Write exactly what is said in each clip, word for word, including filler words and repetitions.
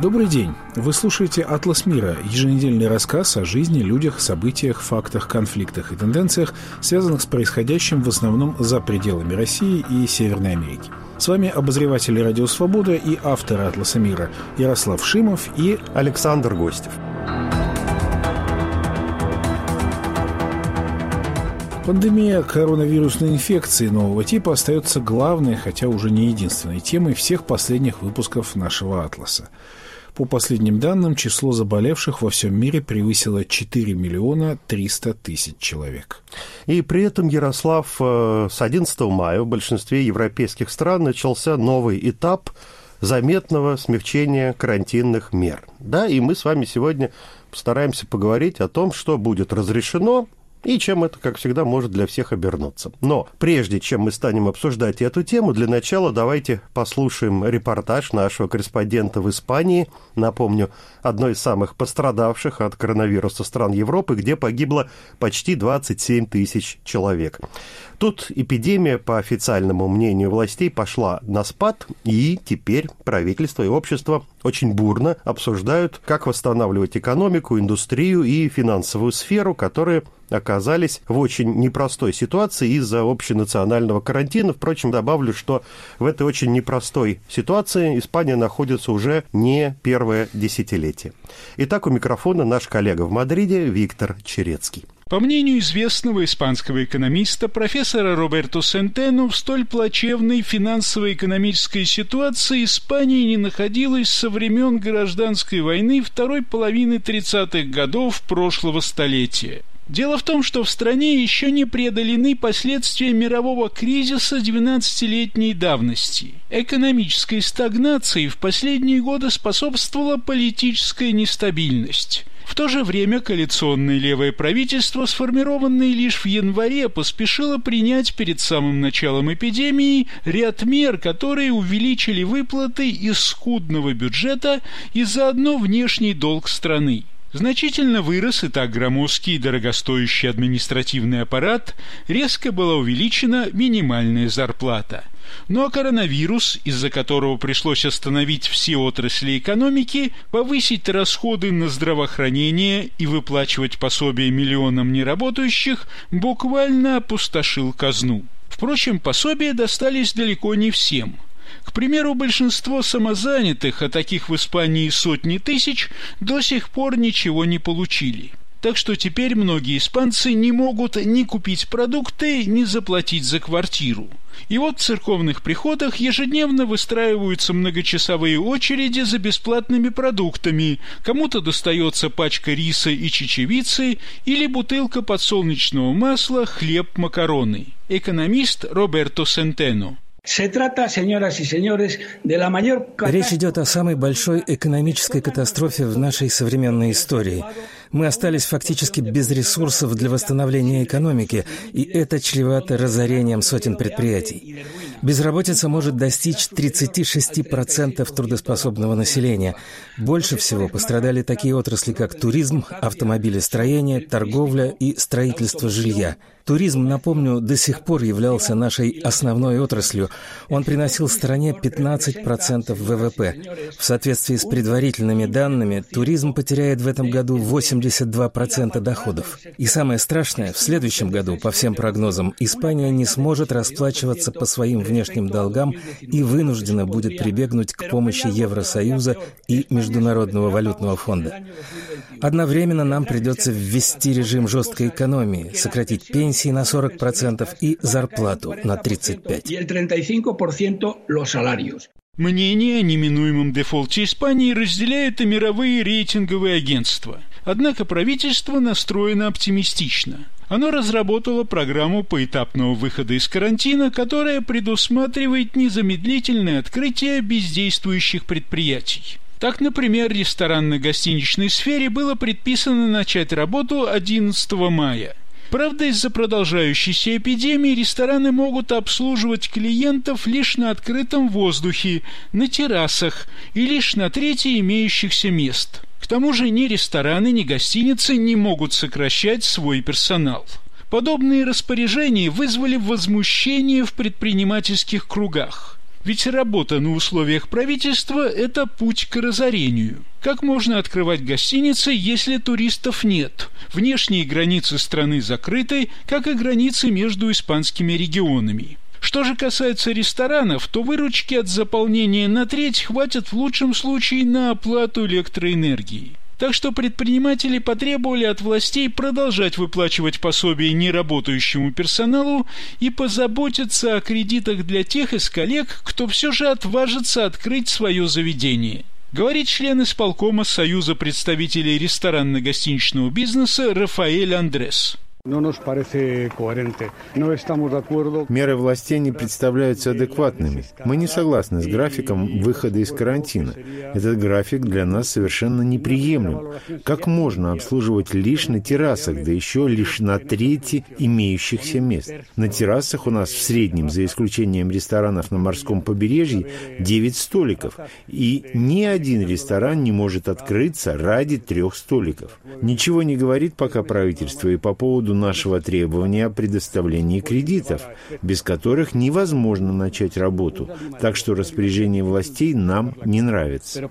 Добрый день. Вы слушаете «Атлас мира» – еженедельный рассказ о жизни, людях, событиях, фактах, конфликтах и тенденциях, связанных с происходящим в основном за пределами России и Северной Америки. С вами обозреватели «Радио Свобода» и авторы «Атласа мира» Ярослав Шимов и Александр Гостев. Пандемия коронавирусной инфекции нового типа остается главной, хотя уже не единственной темой всех последних выпусков нашего «Атласа». По последним данным, число заболевших во всем мире превысило четыре миллиона триста тысяч человек. И при этом, Ярослав, с одиннадцатого мая в большинстве европейских стран начался новый этап заметного смягчения карантинных мер. Да, и мы с вами сегодня постараемся поговорить о том, что будет разрешено и чем это, как всегда, может для всех обернуться. Но прежде чем мы станем обсуждать эту тему, для начала давайте послушаем репортаж нашего корреспондента в Испании, напомню, одной из самых пострадавших от коронавируса стран Европы, где погибло почти двадцать семь тысяч человек. Тут эпидемия, по официальному мнению властей, пошла на спад, и теперь правительство и общество очень бурно обсуждают, как восстанавливать экономику, индустрию и финансовую сферу, которые оказались в очень непростой ситуации из-за общенационального карантина. Впрочем, добавлю, что в этой очень непростой ситуации Испания находится уже не первое десятилетие. Итак, у микрофона наш коллега в Мадриде Виктор Черецкий. По мнению известного испанского экономиста профессора Роберто Сентено, в столь плачевной финансово-экономической ситуации Испания не находилась со времен гражданской войны второй половины тридцатых годов прошлого столетия. Дело в том, что в стране еще не преодолены последствия мирового кризиса двенадцатилетней давности. Экономической стагнации в последние годы способствовала политическая нестабильность. В то же время коалиционное левое правительство, сформированное лишь в январе, поспешило принять перед самым началом эпидемии ряд мер, которые увеличили выплаты из скудного бюджета и заодно внешний долг страны. Значительно вырос и так громоздкий и дорогостоящий административный аппарат, резко была увеличена минимальная зарплата. Ну а коронавирус, из-за которого пришлось остановить все отрасли экономики, повысить расходы на здравоохранение и выплачивать пособия миллионам неработающих, буквально опустошил казну. Впрочем, пособия достались далеко не всем. К примеру, большинство самозанятых, а таких в Испании сотни тысяч, до сих пор ничего не получили. Так что теперь многие испанцы не могут ни купить продукты, ни заплатить за квартиру. И вот в церковных приходах ежедневно выстраиваются многочасовые очереди за бесплатными продуктами. Кому-то достается пачка риса и чечевицы или бутылка подсолнечного масла, хлеб, макароны. Экономист Роберто Сентено. Речь идет о самой большой экономической катастрофе в нашей современной истории. Мы остались фактически без ресурсов для восстановления экономики, и это чревато разорением сотен предприятий. Безработица может достичь тридцать шесть процентов трудоспособного населения. Больше всего пострадали такие отрасли, как туризм, автомобилестроение, торговля и строительство жилья. Туризм, напомню, до сих пор являлся нашей основной отраслью. Он приносил стране пятнадцать процентов вэ вэ пэ. В соответствии с предварительными данными, туризм потеряет в этом году восемьдесят два процента доходов. И самое страшное, в следующем году, по всем прогнозам, Испания не сможет расплачиваться по своим внешним долгам и вынуждена будет прибегнуть к помощи Евросоюза и Международного валютного фонда. Одновременно нам придется ввести режим жесткой экономии, сократить пенсии на сорок процентов и зарплату на тридцать пять процентов. Мнение о неминуемом дефолте Испании разделяют и мировые рейтинговые агентства. Однако правительство настроено оптимистично. Оно разработало программу поэтапного выхода из карантина, которая предусматривает незамедлительное открытие бездействующих предприятий. Так, например, ресторанно-гостиничной сфере было предписано начать работу одиннадцатого мая. Правда, из-за продолжающейся эпидемии рестораны могут обслуживать клиентов лишь на открытом воздухе, на террасах и лишь на трети имеющихся мест. К тому же ни рестораны, ни гостиницы не могут сокращать свой персонал. Подобные распоряжения вызвали возмущение в предпринимательских кругах. Ведь работа на условиях правительства – это путь к разорению. Как можно открывать гостиницы, если туристов нет? Внешние границы страны закрыты, как и границы между испанскими регионами. Что же касается ресторанов, то выручки от заполнения на треть хватит в лучшем случае на оплату электроэнергии. Так что предприниматели потребовали от властей продолжать выплачивать пособия неработающему персоналу и позаботиться о кредитах для тех из коллег, кто все же отважится открыть свое заведение. Говорит член исполкома Союза представителей ресторанно-гостиничного бизнеса Рафаэль Андрес. Меры властей не представляются адекватными. Мы не согласны с графиком выхода из карантина. Этот график для нас совершенно неприемлем. Как можно обслуживать лишь на террасах, да еще лишь на трети имеющихся мест? На террасах у нас в среднем, за исключением ресторанов на морском побережье, девять столиков. И ни один ресторан не может открыться ради трех столиков. Ничего не говорит пока правительство и по поводу нашего требования о предоставлении кредитов, без которых невозможно начать работу. Так что распоряжение властей нам не нравится.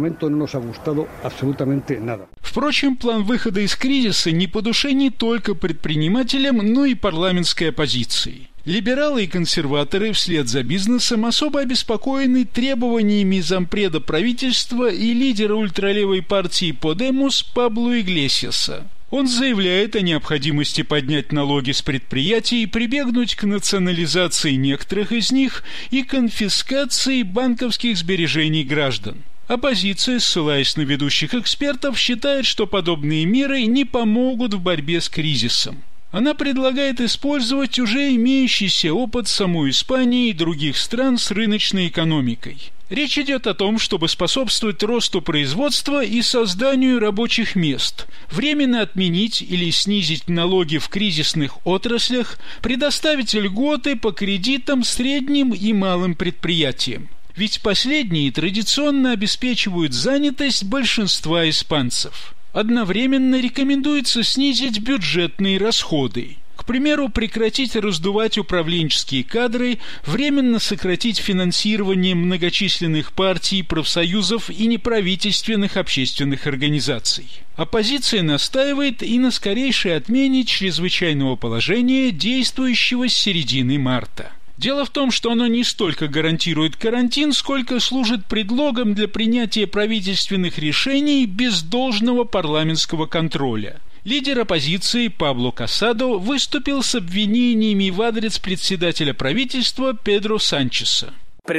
Впрочем, план выхода из кризиса не по душе не только предпринимателям, но и парламентской оппозиции. Либералы и консерваторы вслед за бизнесом особо обеспокоены требованиями зампреда правительства и лидера ультралевой партии Подемос Пабло Иглесиаса. Он заявляет о необходимости поднять налоги с предприятий и прибегнуть к национализации некоторых из них и конфискации банковских сбережений граждан. Оппозиция, ссылаясь на ведущих экспертов, считает, что подобные меры не помогут в борьбе с кризисом. Она предлагает использовать уже имеющийся опыт самой Испании и других стран с рыночной экономикой. Речь идет о том, чтобы способствовать росту производства и созданию рабочих мест, временно отменить или снизить налоги в кризисных отраслях, предоставить льготы по кредитам средним и малым предприятиям. Ведь последние традиционно обеспечивают занятость большинства испанцев. Одновременно рекомендуется снизить бюджетные расходы. К примеру, прекратить раздувать управленческие кадры, временно сократить финансирование многочисленных партий, профсоюзов и неправительственных общественных организаций. Оппозиция настаивает и на скорейшей отмене чрезвычайного положения, действующего с середины марта. Дело в том, что оно не столько гарантирует карантин, сколько служит предлогом для принятия правительственных решений без должного парламентского контроля. Лидер оппозиции Пабло Касадо выступил с обвинениями в адрес председателя правительства Педро Санчеса. Вы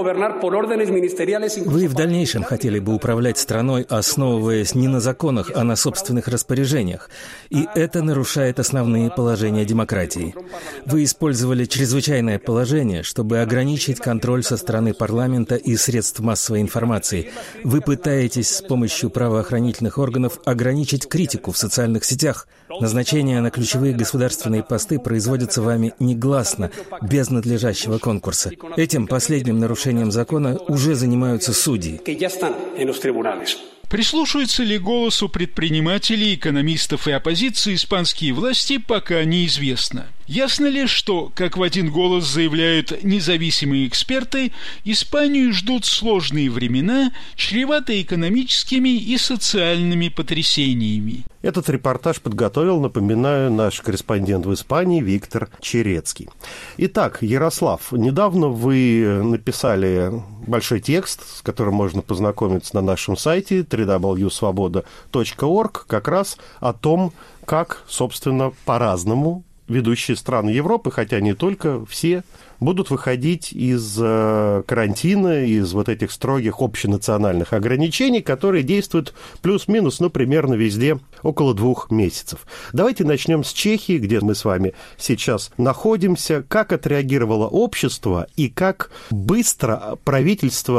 в дальнейшем хотели бы управлять страной, основываясь не на законах, а на собственных распоряжениях. И это нарушает основные положения демократии. Вы использовали чрезвычайное положение, чтобы ограничить контроль со стороны парламента и средств массовой информации. Вы пытаетесь с помощью правоохранительных органов ограничить критику в социальных сетях. Назначения на ключевые государственные посты производятся вами негласно, без надлежащего конкурса. Этим последним нарушением закона уже занимаются судьи. Прислушиваются ли голосу предпринимателей, экономистов и оппозиции испанские власти, пока неизвестно. Ясно ли, что, как в один голос заявляют независимые эксперты, Испанию ждут сложные времена, чреватые экономическими и социальными потрясениями. Этот репортаж подготовил, напоминаю, наш корреспондент в Испании Виктор Черецкий. Итак, Ярослав, недавно вы написали большой текст, с которым можно познакомиться на нашем сайте дабл ю дабл ю дабл ю точка свобода точка орг, как раз о том, как, собственно, по-разному ведущие страны Европы, хотя не только, все будут выходить из э, карантина, из вот этих строгих общенациональных ограничений, которые действуют плюс-минус, ну, примерно везде около двух месяцев. Давайте начнем с Чехии, где мы с вами сейчас находимся. Как отреагировало общество и как быстро правительство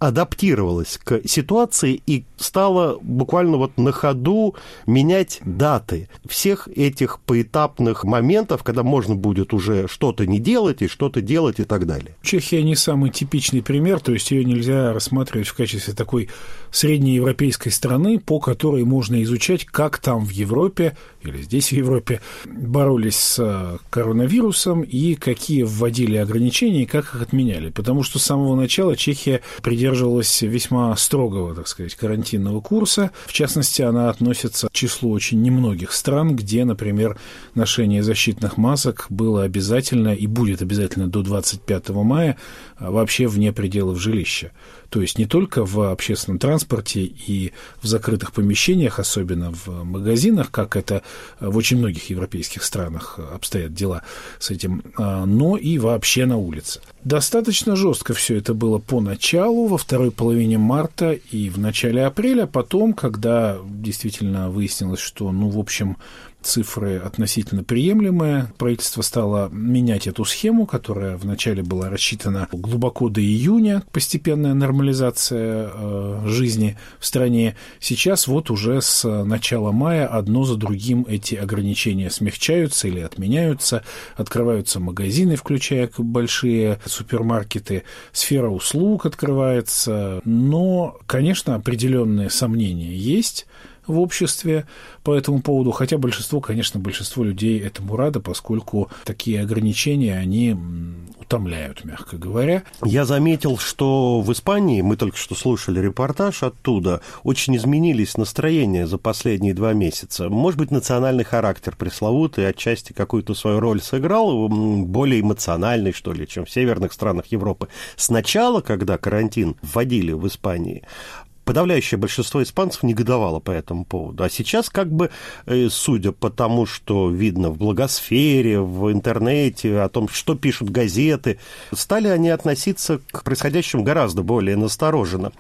адаптировалась к ситуации и стала буквально вот на ходу менять даты всех этих поэтапных моментов, когда можно будет уже что-то не делать и что-то делать и так далее. Чехия не самый типичный пример, то есть ее нельзя рассматривать в качестве такой среднеевропейской страны, по которой можно изучать, как там в Европе или здесь в Европе боролись с коронавирусом и какие вводили ограничения и как их отменяли. Потому что с самого начала Чехия придерживалась весьма строгого, так сказать, карантинного курса. В частности, она относится к числу очень немногих стран, где, например, ношение защитных масок было обязательно и будет обязательно до двадцать пятого мая вообще вне пределов жилища. То есть не только в общественном транспорте и в закрытых помещениях, особенно в магазинах, как это в очень многих европейских странах обстоят дела с этим, но и вообще на улице. Достаточно жестко все это было поначалу, во второй половине марта и в начале апреля. Потом, когда действительно выяснилось, что, ну, в общем, цифры относительно приемлемые, правительство стало менять эту схему, которая вначале была рассчитана глубоко до июня, постепенная нормализация э, жизни в стране. Сейчас вот уже с начала мая одно за другим эти ограничения смягчаются или отменяются, открываются магазины, включая большие супермаркеты, сфера услуг открывается, но, конечно, определенные сомнения есть в обществе по этому поводу, хотя большинство, конечно, большинство людей этому радо, поскольку такие ограничения, они утомляют, мягко говоря. Я заметил, что в Испании, мы только что слушали репортаж оттуда, очень изменились настроения за последние два месяца. Может быть, национальный характер пресловутый отчасти какую-то свою роль сыграл, более эмоциональный, что ли, чем в северных странах Европы. Сначала, когда карантин вводили в Испании, подавляющее большинство испанцев негодовало по этому поводу. А сейчас, как бы, судя по тому, что видно в блогосфере, в интернете, о том, что пишут газеты, стали они относиться к происходящему гораздо более настороженно.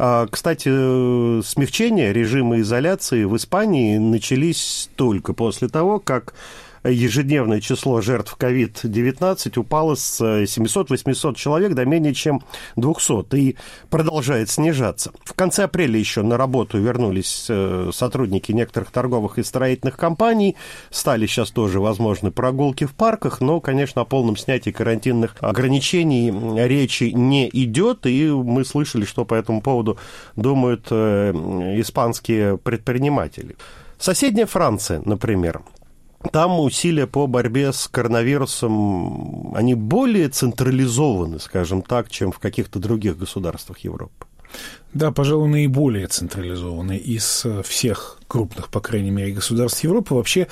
Кстати, смягчение режима изоляции в Испании начались только после того, как ежедневное число жертв ковид девятнадцать упало с семисот-восьмисот человек до менее чем двухсот и продолжает снижаться. В конце апреля еще на работу вернулись сотрудники некоторых торговых и строительных компаний. Стали сейчас тоже возможны прогулки в парках, но, конечно, о полном снятии карантинных ограничений речи не идет, и мы слышали, что по этому поводу думают испанские предприниматели. Соседняя Франция, например. Там усилия по борьбе с коронавирусом, они более централизованы, скажем так, чем в каких-то других государствах Европы. Да, пожалуй, наиболее централизованы из всех крупных, по крайней мере, государств Европы. Вообще,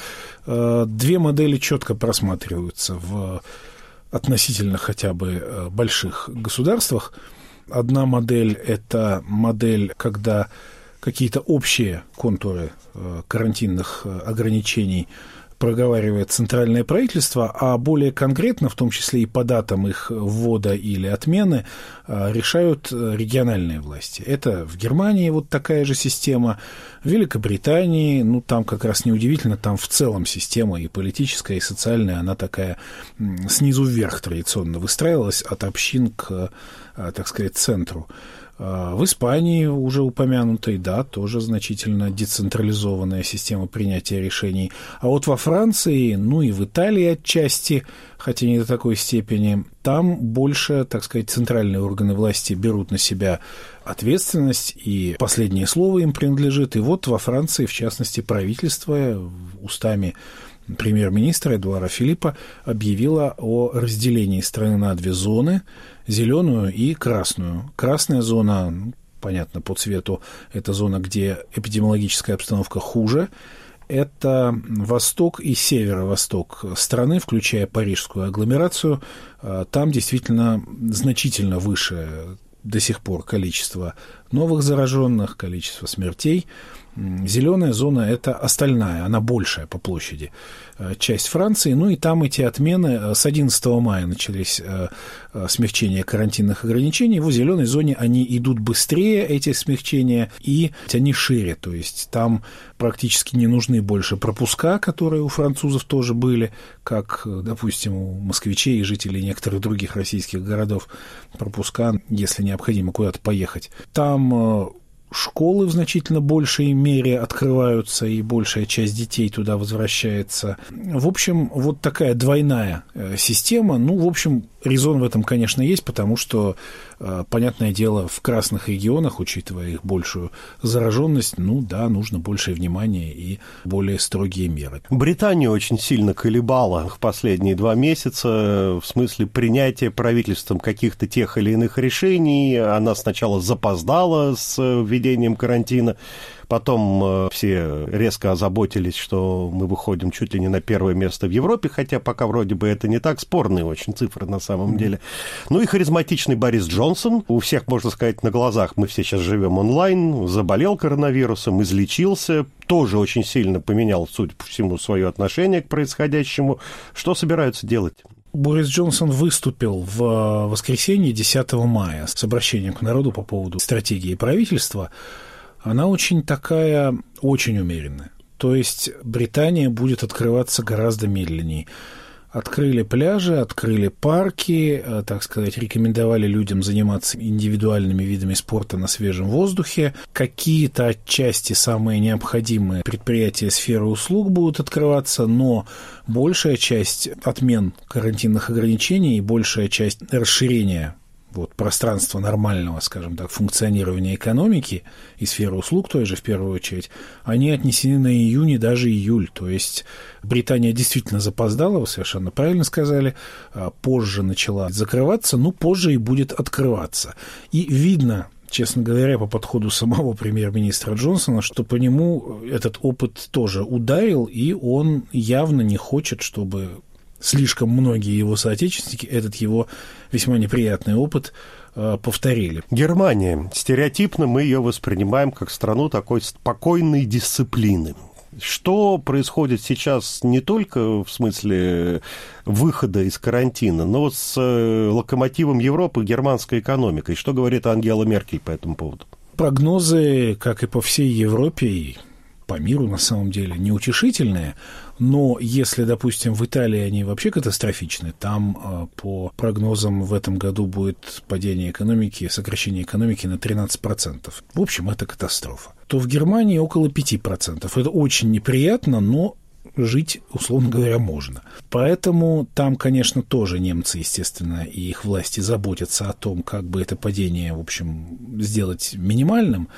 две модели четко просматриваются в относительно хотя бы больших государствах. Одна модель – это модель, когда какие-то общие контуры карантинных ограничений проговаривает центральное правительство, а более конкретно, в том числе и по датам их ввода или отмены, решают региональные власти. Это в Германии вот такая же система, в Великобритании, ну, там как раз неудивительно, там в целом система и политическая, и социальная, она такая снизу вверх традиционно выстраивалась от общин к, так сказать, центру. В Испании, уже упомянутой, да, тоже значительно децентрализованная система принятия решений. А вот во Франции, ну и в Италии отчасти, хотя не до такой степени, там больше, так сказать, центральные органы власти берут на себя ответственность, и последнее слово им принадлежит. И вот во Франции, в частности, правительство устами премьер-министра Эдуара Филиппа объявила о разделении страны на две зоны – зеленую и красную. Красная зона, ну, понятно, по цвету, это зона, где эпидемиологическая обстановка хуже. Это восток и северо-восток страны, включая парижскую агломерацию. Там действительно значительно выше до сих пор количество новых зараженных, количество смертей. Зеленая зона – это остальная, она большая по площади часть Франции. Ну и там эти отмены с одиннадцатого мая начались смягчения карантинных ограничений. В зеленой зоне они идут быстрее, эти смягчения, и они шире. То есть там практически не нужны больше пропуска, которые у французов тоже были, как, допустим, у москвичей и жителей некоторых других российских городов пропуска, если необходимо куда-то поехать. Там школы в значительно большей мере открываются, и большая часть детей туда возвращается. В общем, вот такая двойная система. Ну, в общем, резон в этом, конечно, есть, потому что, понятное дело, в красных регионах, учитывая их большую зараженность, ну да, нужно большее внимание и более строгие меры. Британия очень сильно колебала в последние два месяца в смысле принятия правительством каких-то тех или иных решений. Она сначала запоздала с введением карантина, потом все резко озаботились, что мы выходим чуть ли не на первое место в Европе, хотя пока вроде бы это не так, спорные очень цифры на самом деле. Ну и харизматичный Борис Джонсон, у всех, можно сказать, на глазах, мы все сейчас живем онлайн, заболел коронавирусом, излечился, тоже очень сильно поменял, судя по всему, свое отношение к происходящему. Что собираются делать? Борис Джонсон выступил в воскресенье десятого мая с обращением к народу по поводу стратегии правительства. Она очень такая, очень умеренная. То есть Британия будет открываться гораздо медленнее. Открыли пляжи, открыли парки, так сказать, рекомендовали людям заниматься индивидуальными видами спорта на свежем воздухе. Какие-то отчасти самые необходимые предприятия сферы услуг будут открываться, но большая часть отмен карантинных ограничений и большая часть расширения вот, пространство нормального, скажем так, функционирования экономики и сферы услуг той же, в первую очередь, они отнесены на июнь и даже июль. То есть Британия действительно запоздала, вы совершенно правильно сказали, позже начала закрываться, но позже и будет открываться. И видно, честно говоря, по подходу самого премьер-министра Джонсона, что по нему этот опыт тоже ударил, и он явно не хочет, чтобы слишком многие его соотечественники этот его весьма неприятный опыт э, повторили. Германия. Стереотипно мы ее воспринимаем как страну такой спокойной дисциплины. Что происходит сейчас не только в смысле выхода из карантина, но с локомотивом Европы, германской экономикой? Что говорит Ангела Меркель по этому поводу? Прогнозы, как и по всей Европе, и по миру на самом деле неутешительные, но если, допустим, в Италии они вообще катастрофичны, там по прогнозам в этом году будет падение экономики, сокращение экономики на тринадцать процентов. В общем, это катастрофа. То в Германии около пять процентов. Это очень неприятно, но жить, условно говоря, можно. Поэтому там, конечно, тоже немцы, естественно, и их власти заботятся о том, как бы это падение, в общем, сделать минимальным.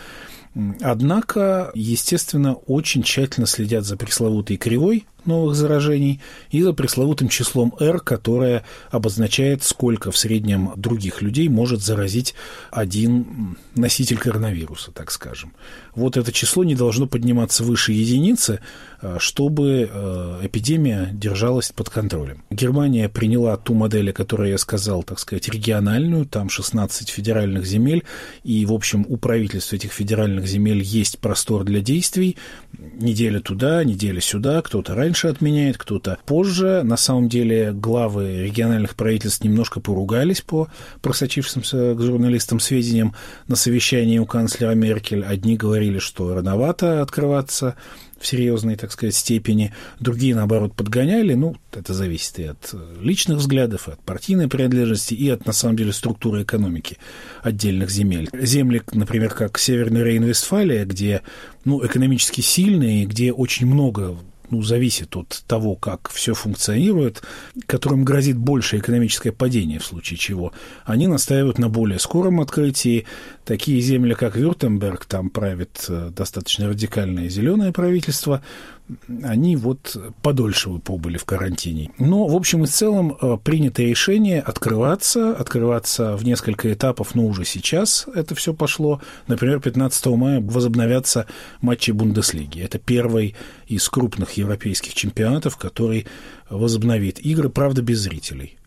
Однако, естественно, очень тщательно следят за пресловутой кривой новых заражений и за пресловутым числом R, которое обозначает, сколько в среднем других людей может заразить один носитель коронавируса, так скажем. Вот это число не должно подниматься выше единицы, чтобы эпидемия держалась под контролем. Германия приняла ту модель, о которой я сказал, так сказать, региональную, там шестнадцать федеральных земель, и, в общем, у правительства этих федеральных земель есть простор для действий. Неделя туда, неделя сюда, кто-то раньше отменяет, кто-то позже. На самом деле главы региональных правительств немножко поругались по просочившимся к журналистам сведениям на совещании у канцлера Меркель. Одни говорили, что рановато открываться в серьезной, так сказать, степени. Другие, наоборот, подгоняли. Ну, это зависит и от личных взглядов, и от партийной принадлежности, и от, на самом деле, структуры экономики отдельных земель. Земли, например, как Северная Рейн-Вестфалия, где, ну, экономически сильные, где очень много ну, зависит от того, как все функционирует, которым грозит большее экономическое падение, в случае чего, они настаивают на более скором открытии. Такие земли, как Вюртемберг, там правит достаточно радикальное зеленое правительство, они вот подольше вы побыли в карантине. Но, в общем и целом, принято решение открываться, открываться в несколько этапов, но уже сейчас это все пошло. Например, пятнадцатого мая возобновятся матчи Бундеслиги. Это первый из крупных европейских чемпионатов, который возобновит игры, правда, без зрителей.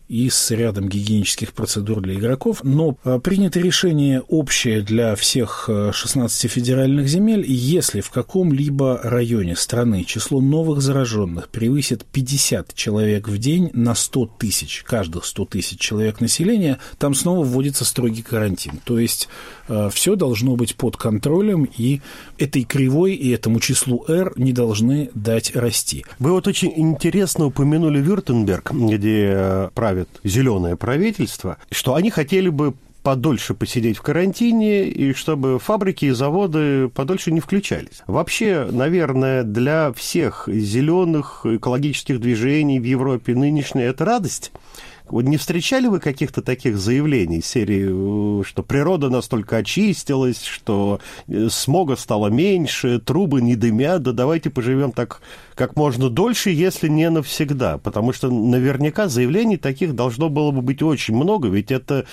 и с рядом гигиенических процедур для игроков. Но принято решение общее для всех шестнадцати федеральных земель, и если в каком-либо районе страны число новых зараженных превысит пятьдесят человек в день на сто тысяч, каждых сто тысяч человек населения, там снова вводится строгий карантин. То есть все должно быть под контролем, и этой кривой и этому числу R не должны дать расти. Вы вот очень интересно упомянули Вюртемберг, где правит зеленое правительство, что они хотели бы подольше посидеть в карантине и чтобы фабрики и заводы подольше не включались. Вообще, наверное, для всех зеленых экологических движений в Европе нынешняя это радость. Вот не встречали вы каких-то таких заявлений из серии, что природа настолько очистилась, что смога стало меньше, трубы не дымят, да давайте поживем так как можно дольше, если не навсегда, потому что наверняка заявлений таких должно было бы быть очень много, ведь это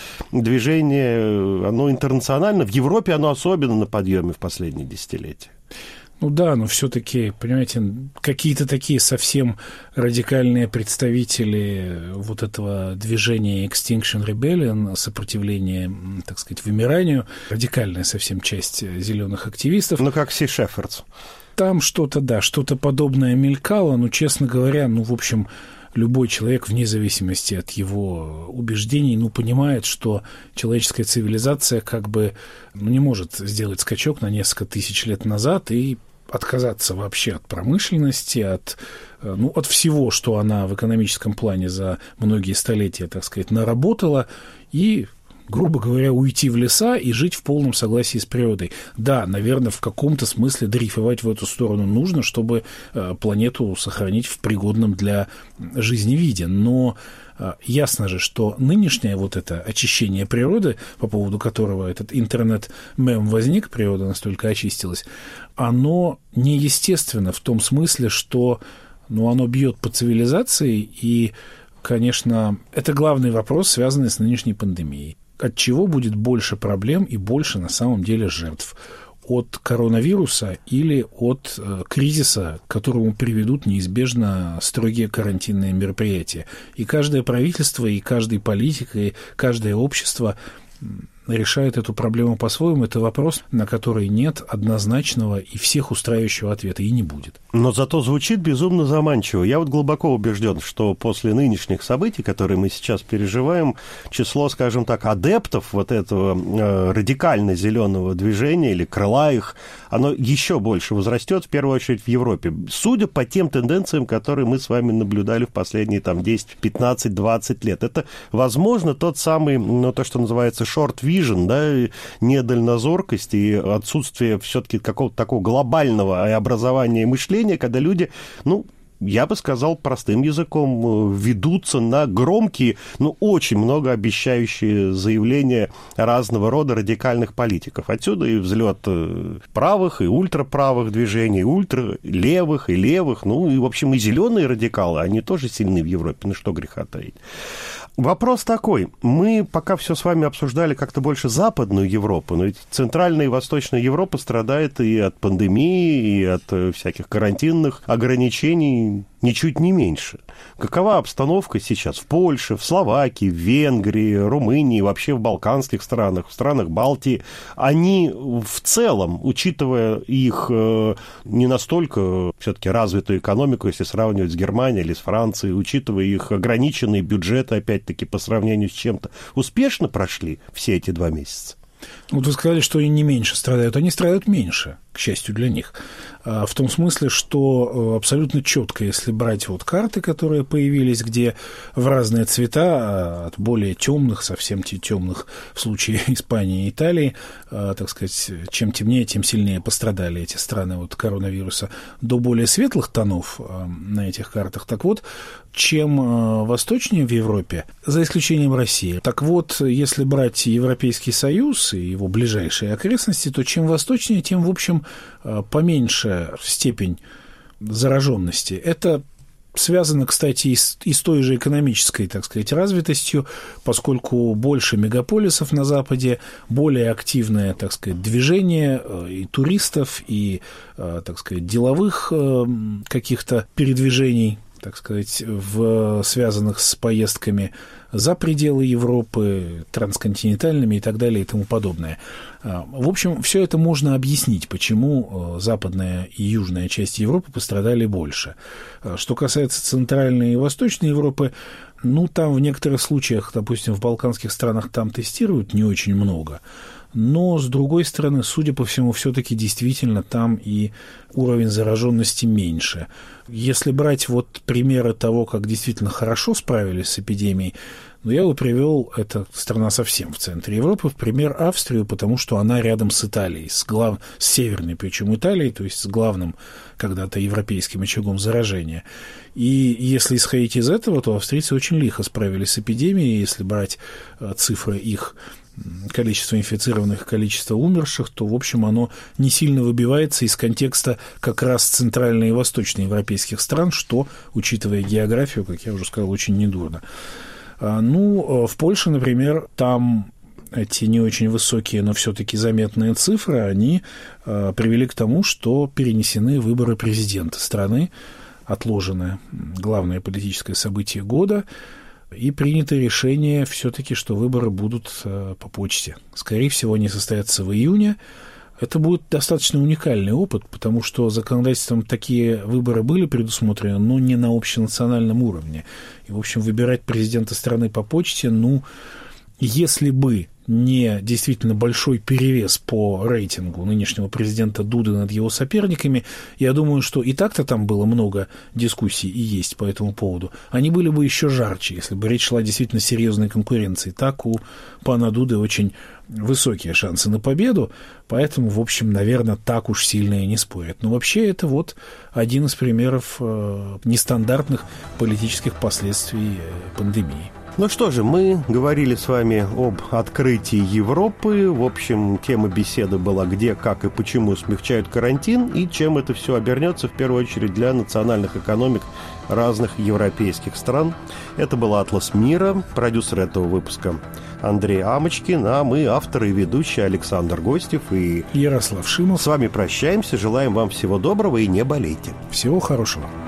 движение, оно интернационально, в Европе оно особенно на подъеме в последние десятилетия. Ну да, но все-таки, понимаете, какие-то такие совсем радикальные представители вот этого движения Extinction Rebellion, сопротивление, так сказать, вымиранию, радикальная совсем часть зеленых активистов. Ну, как Си Шеффердс. Там что-то, да, что-то подобное мелькало, но, честно говоря, ну, в общем, любой человек, вне зависимости от его убеждений, ну, понимает, что человеческая цивилизация как бы ну, не может сделать скачок на несколько тысяч лет назад и отказаться вообще от промышленности, от, ну, от всего, что она в экономическом плане за многие столетия, так сказать, наработала, и, грубо говоря, уйти в леса и жить в полном согласии с природой. Да, наверное, в каком-то смысле дрейфовать в эту сторону нужно, чтобы планету сохранить в пригодном для жизни виде, но ясно же, что нынешнее вот это очищение природы, по поводу которого этот интернет-мем возник, природа настолько очистилась, оно неестественно в том смысле, что ну, оно бьет по цивилизации, и, конечно, это главный вопрос, связанный с нынешней пандемией. От чего будет больше проблем и больше на самом деле жертв? От коронавируса или от э, кризиса, к которому приведут неизбежно строгие карантинные мероприятия. И каждое правительство, и каждый политик, и каждое общество решает эту проблему по-своему. Это вопрос, на который нет однозначного и всех устраивающего ответа, и не будет. Но зато звучит безумно заманчиво. Я вот глубоко убежден, что после нынешних событий, которые мы сейчас переживаем, число, скажем так, адептов вот этого э, радикально зеленого движения или крыла их, оно еще больше возрастет, в первую очередь в Европе. Судя по тем тенденциям, которые мы с вами наблюдали в последние там, десять, пятнадцать, двадцать лет. Это, возможно, тот самый, ну, то, что называется short vision, да, недальнозоркость и отсутствие все-таки какого-то такого глобального образования и мышления, когда люди, ну, я бы сказал простым языком, ведутся на громкие, но очень многообещающие заявления разного рода радикальных политиков. Отсюда и взлет правых и ультраправых движений, и ультралевых, и левых, ну и, в общем, и зеленые радикалы, они тоже сильны в Европе, ну что греха таить. Вопрос такой. Мы пока все с вами обсуждали как-то больше Западную Европу, но ведь Центральная и Восточная Европа страдает и от пандемии, и от всяких карантинных ограничений ничуть не меньше. Какова обстановка сейчас в Польше, в Словакии, в Венгрии, Румынии, вообще в балканских странах, в странах Балтии? Они в целом, учитывая их не настолько все-таки развитую экономику, если сравнивать с Германией или с Францией, учитывая их ограниченные бюджеты, опять-таки, по сравнению с чем-то, успешно прошли все эти два месяца? Вот вы сказали, что они не меньше страдают. Они страдают меньше, к счастью для них. В том смысле, что абсолютно четко, если брать вот карты, которые появились, где в разные цвета, от более темных, совсем темных в случае Испании и Италии, так сказать, чем темнее, тем сильнее пострадали эти страны от коронавируса, до более светлых тонов на этих картах. Так вот, чем восточнее в Европе, за исключением России. Так вот, если брать Европейский Союз и его ближайшие окрестности, то чем восточнее, тем, в общем, поменьше степень зараженности. Это связано, кстати, и с, и с той же экономической, так сказать, развитостью, поскольку больше мегаполисов на Западе, более активное, так сказать, движение и туристов, и, так сказать, деловых каких-то передвижений так сказать, в, связанных с поездками за пределы Европы, трансконтинентальными и так далее и тому подобное. В общем, все это можно объяснить, почему западная и южная часть Европы пострадали больше. Что касается центральной и восточной Европы, ну, там в некоторых случаях, допустим, в балканских странах там тестируют не очень много. Но, с другой стороны, судя по всему, все-таки действительно там и уровень зараженности меньше. Если брать вот примеры того, как действительно хорошо справились с эпидемией, ну, я бы привел, эта страна совсем в центре Европы, в пример Австрию, потому что она рядом с Италией, с, глав... с северной, причем Италией, то есть с главным когда-то европейским очагом заражения. И если исходить из этого, то австрийцы очень лихо справились с эпидемией, если брать цифры их количество инфицированных, количество умерших, то, в общем, оно не сильно выбивается из контекста как раз центральной и восточноевропейских стран, что, учитывая географию, как я уже сказал, очень недурно. Ну, в Польше, например, там эти не очень высокие, но все-таки заметные цифры, они привели к тому, что перенесены выборы президента страны, отложено главное политическое событие года, и принято решение все-таки, что выборы будут по почте. Скорее всего, они состоятся в июне. Это будет достаточно уникальный опыт, потому что законодательством такие выборы были предусмотрены, но не на общенациональном уровне. И, в общем, выбирать президента страны по почте, ну, если бы не действительно большой перевес по рейтингу нынешнего президента Дуды над его соперниками, я думаю, что и так-то там было много дискуссий и есть по этому поводу. Они были бы еще жарче, если бы речь шла действительно о серьезной конкуренции. Так у пана Дуды очень высокие шансы на победу, поэтому, в общем, наверное, так уж сильно и не спорят. Но вообще это вот один из примеров э, нестандартных политических последствий пандемии. Ну что же, мы говорили с вами об открытии Европы. В общем, тема беседы была «Где, как и почему смягчают карантин» и чем это все обернется, в первую очередь, для национальных экономик разных европейских стран. Это был «Атлас мира», продюсер этого выпуска Андрей Амочкин, а мы, авторы и ведущие Александр Гостев и Ярослав Шимов. С вами прощаемся, желаем вам всего доброго и не болейте. Всего хорошего.